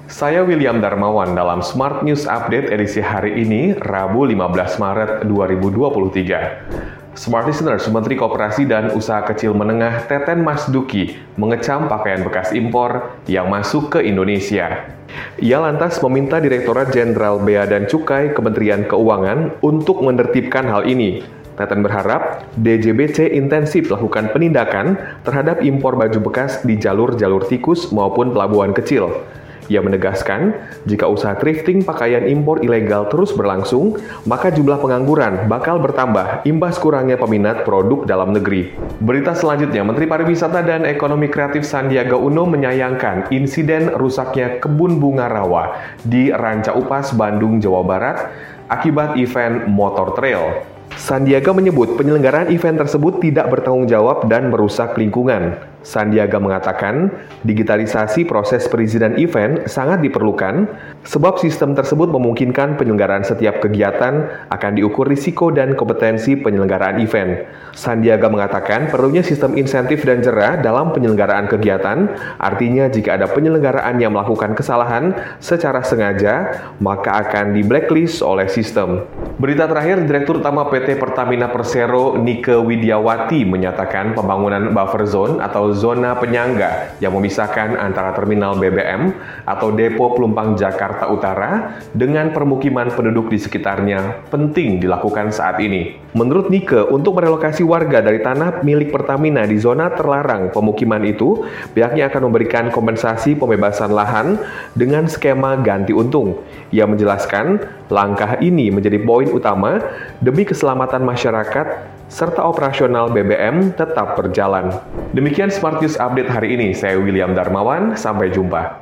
Saya William Darmawan dalam Smart News Update edisi hari ini, Rabu 15 Maret 2023. Smart Listeners, Menteri Koperasi dan Usaha Kecil Menengah Teten Mas Duki mengecam pakaian bekas impor yang masuk ke Indonesia. Ia lantas meminta Direktorat Jenderal Bea dan Cukai Kementerian Keuangan untuk menertibkan hal ini. Teten berharap DJBC intensif melakukan penindakan terhadap impor baju bekas di jalur-jalur tikus maupun pelabuhan kecil. Ia menegaskan, jika usaha thrifting pakaian impor ilegal terus berlangsung, maka jumlah pengangguran bakal bertambah imbas kurangnya peminat produk dalam negeri. Berita selanjutnya, Menteri Pariwisata dan Ekonomi Kreatif Sandiaga Uno menyayangkan insiden rusaknya kebun bunga rawa di Ranca Upas, Bandung, Jawa Barat akibat event motor trail. Sandiaga menyebut penyelenggaraan event tersebut tidak bertanggung jawab dan merusak lingkungan. Sandiaga mengatakan, digitalisasi proses perizinan event sangat diperlukan, sebab sistem tersebut memungkinkan penyelenggaraan setiap kegiatan akan diukur risiko dan kompetensi penyelenggaraan event. Sandiaga mengatakan perlunya sistem insentif dan jera dalam penyelenggaraan kegiatan, artinya jika ada penyelenggaraan yang melakukan kesalahan secara sengaja, maka akan di-blacklist oleh sistem. Berita terakhir, Direktur Utama PT Pertamina Persero Nike Widiawati menyatakan pembangunan buffer zone atau zona penyangga yang memisahkan antara terminal BBM atau depo pelumpang Jakarta Utara dengan permukiman penduduk di sekitarnya penting dilakukan saat ini. Menurut Nike, untuk merelokasi warga dari tanah milik Pertamina di zona terlarang pemukiman itu, pihaknya akan memberikan kompensasi pembebasan lahan dengan skema ganti untung. Ia menjelaskan, langkah ini menjadi poin utama demi keselamatan masyarakat serta operasional BBM tetap berjalan. Demikian Smart News Update hari ini. Saya William Darmawan, sampai jumpa.